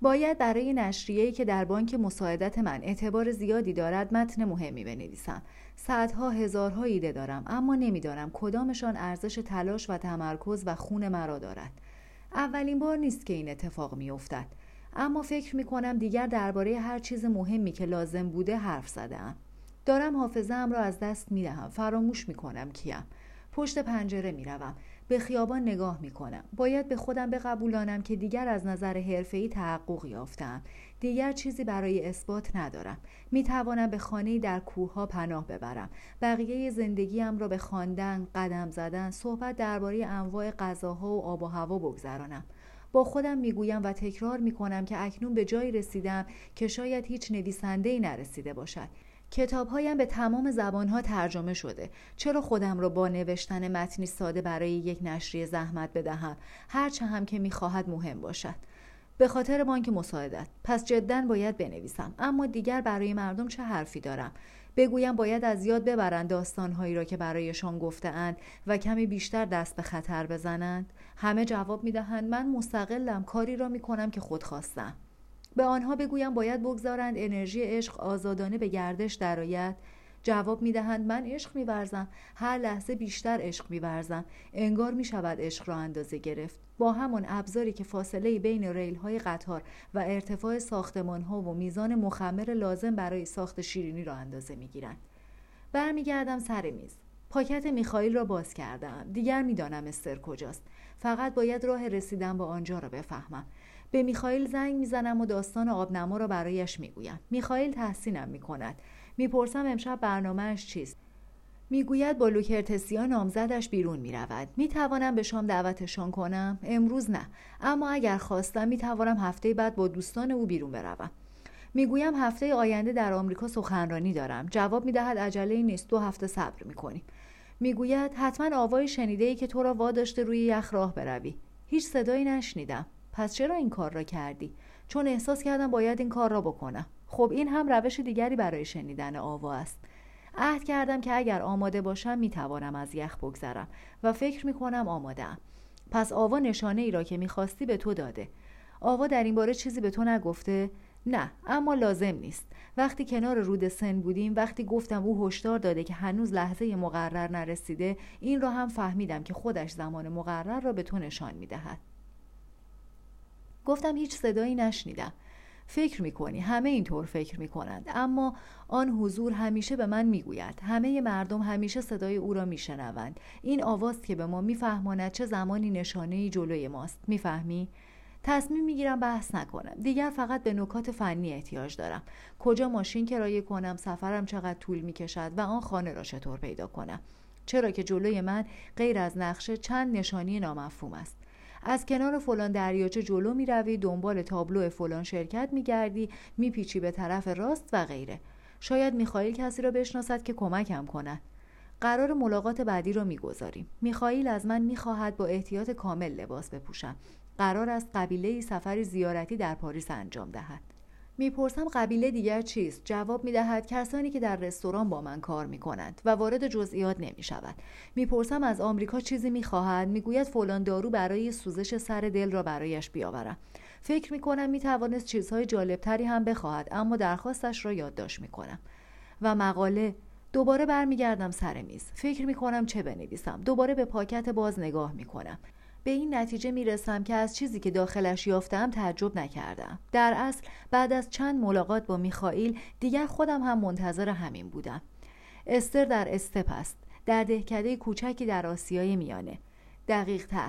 باید برای نشریه‌ای که در بانک مساعدت من اعتبار زیادی دارد متن مهمی بنویسم. صدها هزارها ایده دارم، اما نمیدانم کدامشان ارزش تلاش و تمرکز و خون مرا دارد. اولین بار نیست که این اتفاق میافتد، اما فکر میکنم دیگر درباره هر چیز مهمی که لازم بوده حرف زده‌ام. دارم حافظه‌ام را از دست میدهم، فراموش میکنم کیم. پشت پنجره میروم، به خیابان نگاه میکنم. باید به خودم بقبولانم که دیگر از نظر حرفه‌ای تحقق یافتم. دیگر چیزی برای اثبات ندارم. میتوانم به خانه‌ای در کوه‌ها پناه ببرم. بقیه زندگیم را به خواندن، قدم زدن، صحبت درباره انواع غذاها و آب و هوا بگذرانم. با خودم میگویم و تکرار میکنم که اکنون به جایی رسیدم که شاید هیچ نویسنده‌ای نرسیده باشد. کتاب‌هایم به تمام زبان‌ها ترجمه شده. چرا خودم را با نوشتن متنی ساده برای یک نشریه زحمت بدهم، هرچه هم که می‌خواهد مهم باشد؟ به خاطر بانک مساعدت. پس جداً باید بنویسم، اما دیگر برای مردم چه حرفی دارم؟ بگویم باید از یاد ببرند داستان‌هایی را که برایشان گفته‌اند و کمی بیشتر دست به خطر بزنند؟ همه جواب می‌دهند من مستقلم، کاری را می‌کنم که خود خواستم. به آنها بگویم باید بگذارند انرژی عشق آزادانه به گردش درآید؟ جواب میدهند من عشق می‌ورزم، هر لحظه بیشتر عشق می‌ورزم. انگار می‌شود عشق را اندازه گرفت با همان ابزاری که فاصله بین ریل‌های قطار و ارتفاع ساختمان‌ها و میزان مخمر لازم برای ساخت شیرینی را اندازه می‌گیرند. برمیگردم سر میز. پاکت میخائیل را باز کردم. دیگر میدانم استر کجاست. فقط باید راه رسیدن به آنجا را بفهمم. به میخائیل زنگ میزنم و داستان آبنما را برایش میگویم. میخائیل تحسینم میکند. میپرسم امشب برنامه‌اش چیست. میگوید با لوکرتسیا نامزدش بیرون میرود. میتوانم به شام دعوتشان کنم؟ امروز نه، اما اگر خواستم میتوانم هفته بعد با دوستان او بیرون بروم. میگویم هفته آینده در آمریکا سخنرانی دارم. جواب میدهد عجله‌ای نیست، 2 هفته صبر میکنیم. میگوید حتما آوایی شنیده‌ای که تو را واداشته روی یخ راه بروی. هیچ صدایی نشنیدم. پس چرا این کار را کردی؟ چون احساس کردم باید این کار را بکنم. خب این هم روش دیگری برای شنیدن آوا است. عهد کردم که اگر آماده باشم میتوانم از یخ بگذرم و فکر میکنم آماده‌ام. پس آوا نشانه ای را که میخواستی به تو داده. آوا در این باره چیزی به تو نگفته؟ نه، اما لازم نیست. وقتی کنار رود سن بودیم، وقتی گفتم او هشدار داده که هنوز لحظه مقرر نرسیده، این را هم فهمیدم که خودش زمان مقرر را به تو نشان میدهد. گفتم هیچ صدایی نشنیدم. فکر میکنی همه اینطور فکر میکنند، اما آن حضور همیشه به من میگوید همه مردم همیشه صدای او را میشنوند. این آواز که به ما میفهماند چه زمانی نشانه‌ای جلوی ماست. میفهمی؟ تصمیم میگیرم بحث نکنم. دیگر فقط به نکات فنی احتیاج دارم. کجا ماشین کرایه کنم، سفرم چقدر طول میکشد و آن خانه را چطور پیدا کنم. چرا که جلوی من غیر از نقشه چند نشانی نامفهوم است. از کنار فلان دریاچه جلو میروی، دنبال تابلو فلان شرکت میگردی، میپیچی به طرف راست و غیره. شاید میخائیل کسی را بشناسد که کمکم کند. قرار ملاقات بعدی را میگذاریم. میخائیل از من میخواهد با احتیاط کامل لباس بپوشم. قرار است قبیله‌ای سفری زیارتی در پاریس انجام دهد. میپرسم قبیله دیگر چیست؟ جواب میدهد کسانی که در رستوران با من کار میکنند و وارد جزئیات نمیشود. میپرسم از آمریکا چیزی میخواهد؟ میگوید فلان دارو برای سوزش سر دل را برایش بیاورم. فکر میکنم میتوانست چیزهای جالبتری هم بخواهد، اما درخواستش را یادداشت میکنم. و مقاله. دوباره برمیگردم سر میز. فکر میکنم چه بنویسم. دوباره به پاکت باز نگاه میکنم. به این نتیجه میرسم که از چیزی که داخلش یافتم تعجب نکردم. در اصل بعد از چند ملاقات با میخائیل دیگر خودم هم منتظر همین بودم. استر در استپ است، در دهکده کوچکی در آسیای میانه. دقیق تر،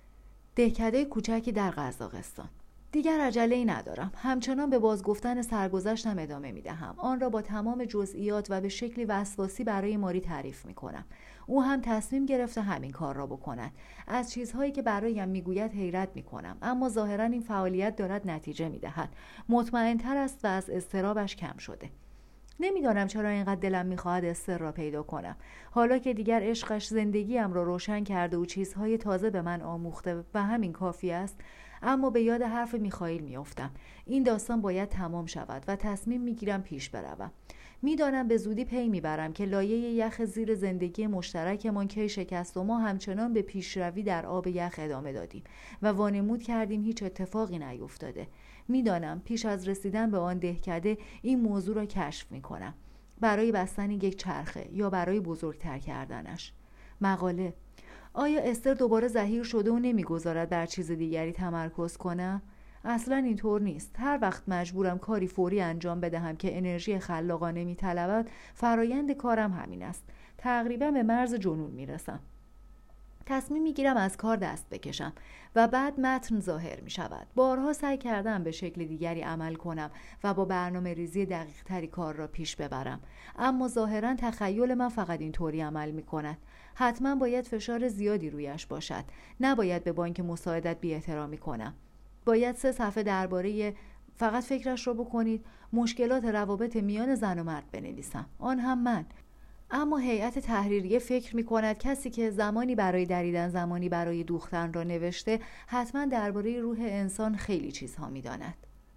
دهکده کوچکی در قزاقستان. دیگر عجله‌ای ندارم. همچنان به بازگفتن سرگذشتم ادامه میدهم. آن را با تمام جزئیات و به شکلی وسواسی برای ماری تعریف میکنم. او هم تصمیم گرفته همین کار را بکند. از چیزهایی که برایم میگوید حیرت میکنم، اما ظاهرا این فعالیت دارد نتیجه میدهد. مطمئن‌تر است و از اضطرابش کم شده. نمیدانم چرا اینقدر دلم میخواهد استر را پیدا کنم. حالا که دیگر عشقش زندگیم را روشن کرده و چیزهای تازه به من آموخته و همین کافی است، اما به یاد حرف میخائیل میافتم. این داستان باید تمام شود و تصمیم میگیرم پیش بروم. میدانم به زودی پی میبرم که لایه یخ زیر زندگی مشترکمان کی شکست و ما همچنان به پیشروی در آب یخ ادامه دادیم و وانمود کردیم هیچ اتفاقی نیفتاده. میدانم پیش از رسیدن به آن دهکده این موضوع را کشف میکنم، برای بستن یک چرخه یا برای بزرگتر کردنش. مقاله: آیا استر دوباره زحیر شده و نمیگذارد بر چیز دیگری تمرکز کنم؟ اصلا اینطور نیست. هر وقت مجبورم کاری فوری انجام بدهم که انرژی خلاقانه میطلبد، فرایند کارم همین است. تقریبا به مرز جنون میرسم. تصمیم میگیرم از کار دست بکشم و بعد متن ظاهر می شود. بارها سعی کردم به شکل دیگری عمل کنم و با برنامه ریزی دقیق تری کار را پیش ببرم، اما ظاهرا تخیل من فقط اینطوری عمل می کند. حتما باید فشار زیادی رویش باشد. نباید به بانک مساعدت بی احترامی کنم. باید 3 صفحه درباره فقط فکرش رو بکنید مشکلات روابط میان زن و مرد بنویسم، آن هم من. اما هیئت تحریریه فکر می کند کسی که زمانی برای دریدن زمانی برای دوختن را نوشته حتما درباره روح انسان خیلی چیزها می داند.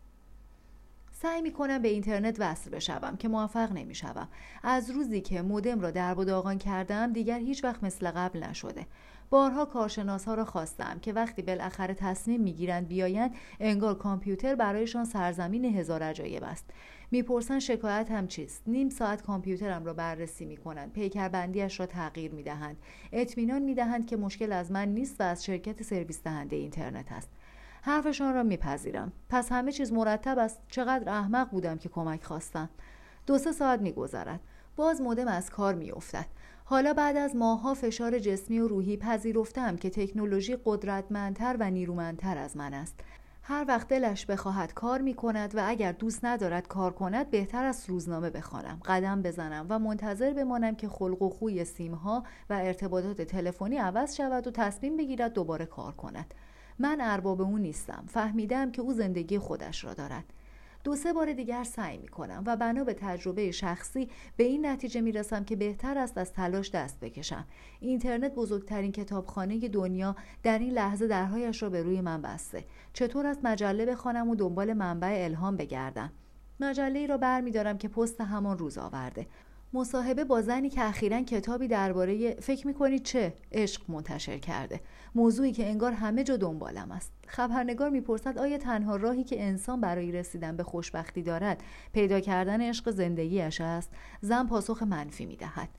سعی می کنم به اینترنت وصل بشوم که موفق نمی شوم. از روزی که مودم را درب و داغان کردم دیگر هیچ وقت مثل قبل نشده. بارها کارشناس ها را خواستم که وقتی بالاخره تصمیم می گیرند بیایند انگار کامپیوتر برایشان سرزمین هزار عجایب است. میپرسن شکایت هم چیست؟ نیم ساعت کامپیوترم را بررسی میکنند، پیکربندیش را تغییر میدهند، اطمینان میدهند که مشکل از من نیست و از شرکت سرویس دهنده اینترنت است. حرفشان را میپذیرم. پس همه چیز مرتب است. چقدر احمق بودم که کمک خواستم. 2-3 ساعت میگذرد. باز مودم از کار میافتد. حالا بعد از ماه‌ها فشار جسمی و روحی پذیرفتم که تکنولوژی قدرتمندتر و نیرومندتر از من است. هر وقت دلش بخواهد کار می کند و اگر دوست ندارد کار کند بهتر است روزنامه بخوانم، قدم بزنم و منتظر بمانم که خلق و خوی سیم‌ها و ارتباطات تلفنی عوض شود و تصمیم بگیرد دوباره کار کند. من ارباب اون نیستم. فهمیدم که او زندگی خودش را دارد. 2-3 بار دیگر سعی می کنم و بنا به تجربه شخصی به این نتیجه می رسم که بهتر است از تلاش دست بکشم. اینترنت بزرگترین کتابخانه دنیا در این لحظه درهایش را به روی من بسته. چطور است مجله بخوانم و دنبال منبع الهام بگردم؟ مجله‌ای را برمی‌دارم که پست همان روز آورده. مصاحبه با زنی که اخیراً کتابی درباره فکر می‌کنید چه؟ عشق منتشر کرده. موضوعی که انگار همه جا دنبالم است. خبرنگار می‌پرسد آیا تنها راهی که انسان برای رسیدن به خوشبختی دارد پیدا کردن عشق زندگیش است؟ زن پاسخ منفی می‌دهد.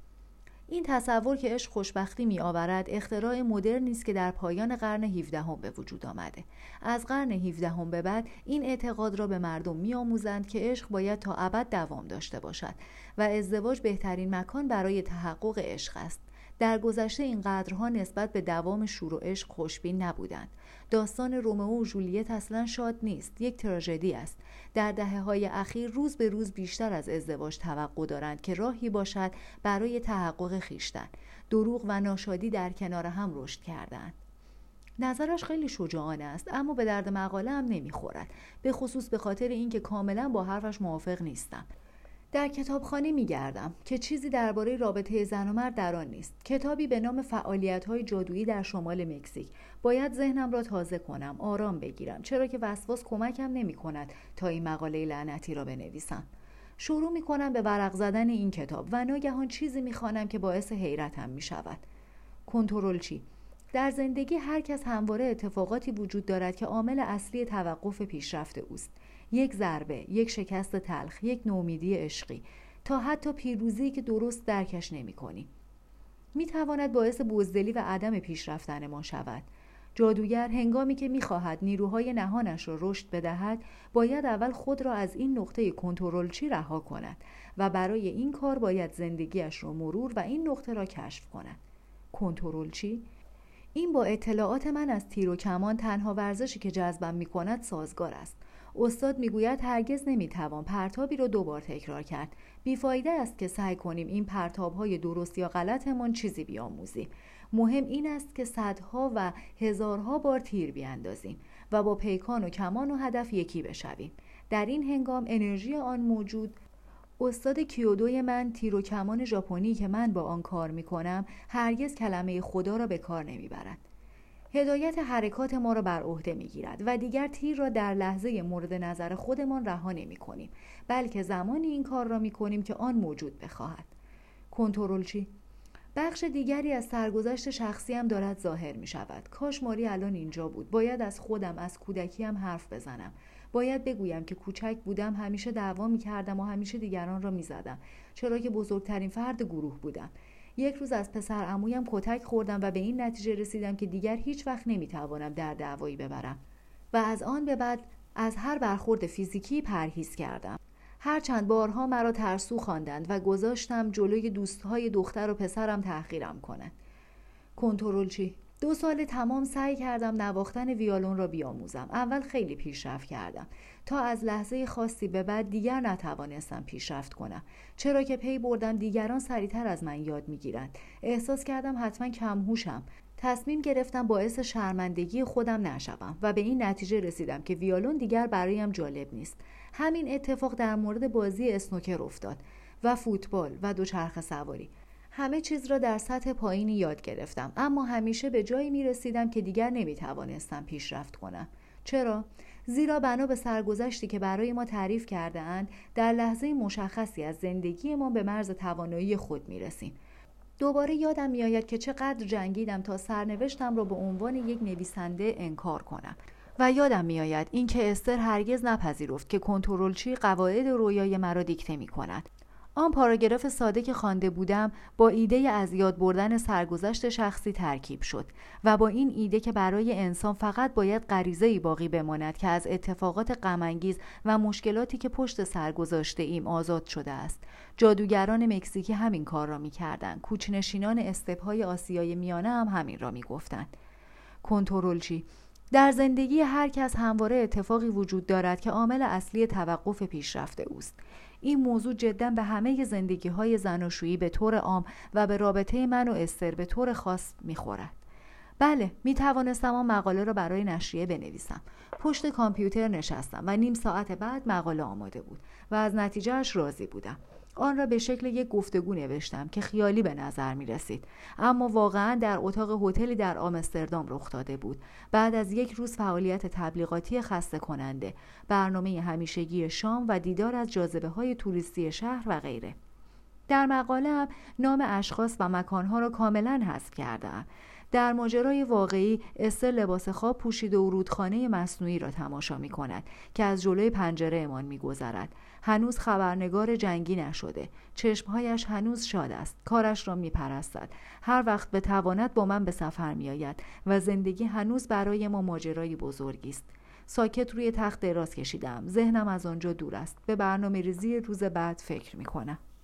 این تصور که عشق خوشبختی می آورد اختراع مدرنی است که در پایان قرن 17 به وجود آمده. از قرن 17 به بعد این اعتقاد را به مردم می آموزند که عشق باید تا ابد دوام داشته باشد و ازدواج بهترین مکان برای تحقق عشق است. در گذشته این قدرها نسبت به دوام شور و عشق خوشبین نبودند. داستان رومئو و ژولیت اصلا شاد نیست، یک تراژدی است. در دهه‌های اخیر روز به روز بیشتر از ازدواج توقع دارند که راهی باشد برای تحقق خویشتن. دروغ و ناشادی در کنار هم رشد کردند. نظرش خیلی شجاعانه است، اما به درد مقاله هم نمیخورد، به خصوص به خاطر اینکه کاملا با حرفش موافق نیستم. در کتابخانه می‌گردم که چیزی درباره رابطه زن و مرد در آن نیست. کتابی به نام فعالیت‌های جادویی در شمال مکزیک. باید ذهنم را تازه کنم، آرام بگیرم، چرا که وسواس کمکم نمی‌کند تا این مقاله لعنتی را بنویسم. شروع می‌کنم به ورق زدن این کتاب و ناگهان چیزی می‌خوانم که باعث حیرتم می‌شود. کنترلچی. در زندگی هر کس همواره اتفاقاتی وجود دارد که عامل اصلی توقف پیشرفت اوست. یک ضربه، یک شکست تلخ، یک نومیدی عشقی، تا حتی پیروزی که درست درکش نمی‌کنی. می‌تواند باعث بزدلی و عدم پیشرفتنمان شود. جادوگر هنگامی که می‌خواهد نیروهای نهانش را رشد بدهد، باید اول خود را از این نقطه کنترلچی رها کند و برای این کار باید زندگیش را مرور و این نقطه را کشف کند. کنترلچی؟ این با اطلاعات من از تیر و کمان تنها ورزشی که جذبم می‌کند سازگار است. استاد میگوید هرگز نمیتوان پرتابی رو 2 بار تکرار کرد. بیفایده است که سعی کنیم این پرتاب‌های درست یا غلطمان چیزی بیاموزیم. مهم این است که صدها و هزارها بار تیر بیاندازیم و با پیکان و کمان و هدف یکی بشویم. در این هنگام انرژی آن موجود. استاد کیودوی من تیر و کمان ژاپنی که من با آن کار میکنم هرگز کلمه خدا را به کار نمیبرد. هدایت حرکات ما را بر عهده میگیرد و دیگر تیر را در لحظه مورد نظر خودمان رها نمی‌کنیم، بلکه زمانی این کار را می‌کنیم که آن موجود بخواهد. کنترل چی؟ بخش دیگری از سرگذشت شخصیم دارد ظاهر می شود. کاش ماری الان اینجا بود. باید از خودم، از کودکیم حرف بزنم. باید بگویم که کوچک بودم همیشه دعوا می کردم و همیشه دیگران را می زدم، چرا که بزرگترین فرد گروه بودم. یک روز از پسر عمویم کتک خوردم و به این نتیجه رسیدم که دیگر هیچ وقت نمی توانم در دعوایی ببرم و از آن به بعد از هر برخورد فیزیکی پرهیز کردم. هرچند بارها مرا ترسو خواندند و گذاشتم جلوی دوستهای دختر و پسرم تحقیرم کنند. کنترل چی؟ 2 سال تمام سعی کردم نواختن ویولون را بیاموزم. اول خیلی پیشرفت کردم تا از لحظه خاصی به بعد دیگر نتوانستم پیشرفت کنم، چرا که پی بردم دیگران سریعتر از من یاد میگیرند. احساس کردم حتما کمهوشم. تصمیم گرفتم باعث شرمندگی خودم نشوم و به این نتیجه رسیدم که ویولون دیگر برایم جالب نیست. همین اتفاق در مورد بازی اسنوکر افتاد و فوتبال و دوچرخه سواری. همه چیز را در سطح پایینی یاد گرفتم، اما همیشه به جایی می رسیدم که دیگر نمی توانستم پیشرفت کنم. چرا؟ زیرا بنا به سرگذشتی که برای ما تعریف کرده اند، در لحظه مشخصی از زندگی ما به مرز توانایی خود می رسیم. دوباره یادم می آید که چقدر جنگیدم تا سرنوشتم را به عنوان یک نویسنده انکار کنم و یادم می آید اینکه استر هرگز نپذیرفت که کنترلچی قواعد رویای مرا دیکته می کند. آن پاراگراف ساده که خوانده بودم با ایده از یاد بردن سرگذشت شخصی ترکیب شد و با این ایده که برای انسان فقط باید غریزه‌ای باقی بماند که از اتفاقات غم‌انگیز و مشکلاتی که پشت سر گذاشته ایم آزاد شده است. جادوگران مکزیکی همین کار را می‌کردند. کوچ‌نشینان استپ‌های آسیای میانه هم همین را می‌گفتند. کنترلچی: در زندگی هر کس همواره اتفاقی وجود دارد که عامل اصلی توقف پیشرفت اوست. این موضوع جداً به همه زندگی‌های زناشویی به طور عام و به رابطه من و استر به طور خاص می‌خورد. بله، می‌توانستم آن مقاله را برای نشریه بنویسم. پشت کامپیوتر نشستم و نیم ساعت بعد مقاله آماده بود و از نتیجهش راضی بودم. آن را به شکل یک گفتگو نوشتم که خیالی به نظر می رسید، اما واقعاً در اتاق هتلی در آمستردام رخ داده بود. بعد از یک روز فعالیت تبلیغاتی خسته کننده، برنامه همیشگی شام و دیدار از جاذبه‌های توریستی شهر و غیره. در مقاله هم نام اشخاص و مکانها را کاملاً حذف کردم. در ماجرای واقعی استر لباس خواب پوشیده و رودخانه مصنوعی را تماشا می کند که از جلوی پنجره امان می گذرد. هنوز خبرنگار جنگی نشده. چشمهایش هنوز شاد است. کارش را می پرستد. هر وقت بتواند با من به سفر می آید و زندگی هنوز برای ما ماجرای بزرگی است. ساکت روی تخت دراز کشیدم. ذهنم از آنجا دور است. به برنامه‌ریزی روز بعد فکر می کنم.